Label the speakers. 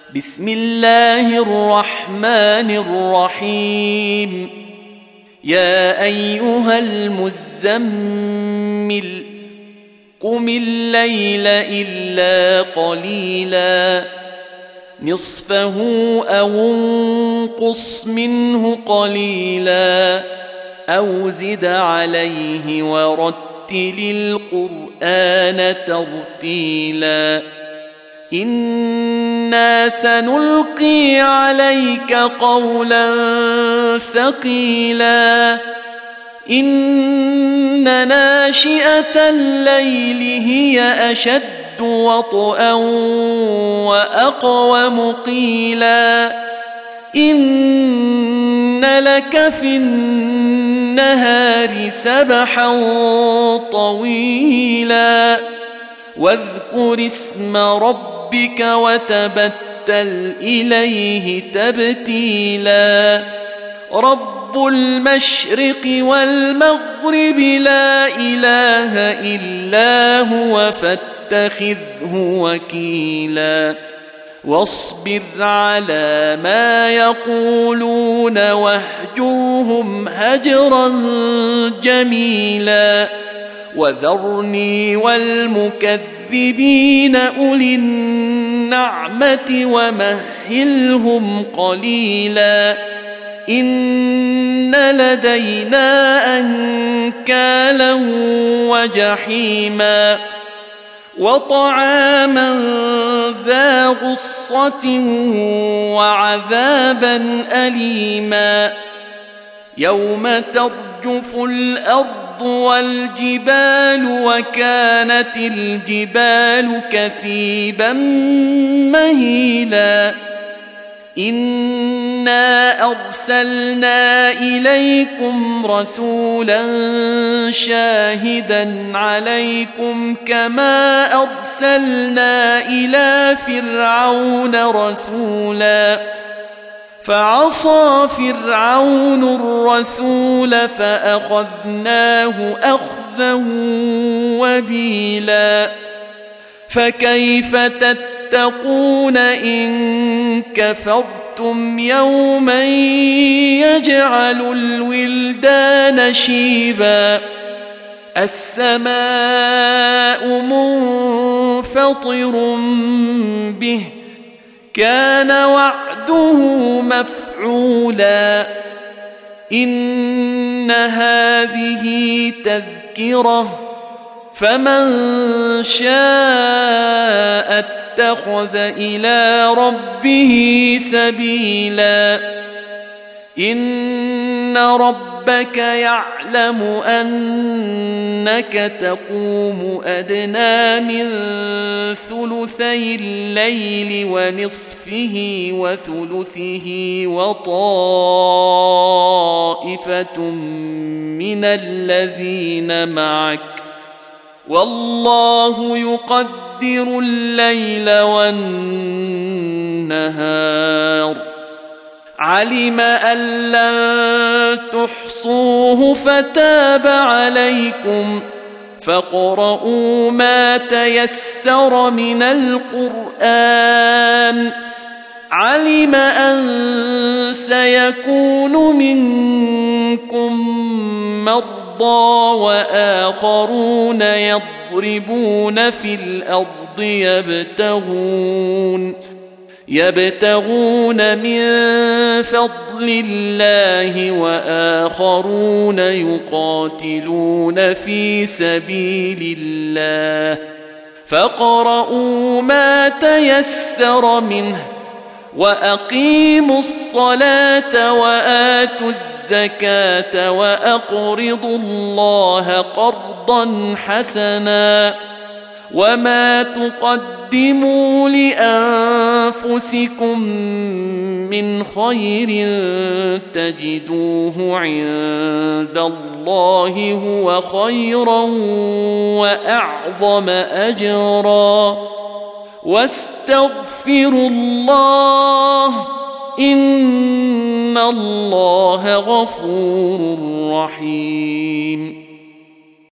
Speaker 1: بسم الله الرحمن الرحيم يا أيها المزمل قم الليل إلا قليلا نصفه أو انقص منه قليلا أو زد عليه ورتل القرآن ترتيلا إنا سنلقي عليك قولا ثقيلا إن ناشئة الليل هي أشد وطئا وأقوم قيلا إن لك في النهار سبحا طويلا واذكر اسم ربك وتبتل إليه تبتيلا رب المشرق والمغرب لا إله إلا هو فاتخذه وكيلا واصبر على ما يقولون واهجرهم هجرا جميلا وذرني والمكذبين أولي النعمة ومهلهم قليلا إن لدينا أنكالا وجحيما وطعاما ذا غصة وعذابا أليما يوم ترجف الأرض والجبال وكانت الجبال كثيبا مهيلا إنا أرسلنا إليكم رسولا شاهدا عليكم كما أرسلنا إلى فرعون رسولا فعصى فرعون الرسول فأخذناه أخذا وبيلا فكيف تتقون إن كفرتم يوما يجعل الولدان شيبا السماء منفطر به كان وعده مفعولا إن هذه تذكرة فمن شاء اتخذ إلى ربه سبيلا إن ربك يعلم أنك تقوم أدنى من ثلثي الليل ونصفه وثلثه وطائفة من الذين معك والله يقدر الليل والنهار علم أن لن تحصوه فتاب عليكم فاقرؤوا ما تيسر من القرآن علم أن سيكون منكم مرضى وآخرون يضربون في الأرض يبتغون من فضل الله وآخرون يقاتلون في سبيل الله فاقرؤوا ما تيسر منه وأقيموا الصلاة وآتوا الزكاة وأقرضوا الله قرضا حسنا وما تقدموا لأنفسكم من خير تجدوه عند الله هو خيرا وأعظم أجرا واستغفروا الله إن الله غفور رحيم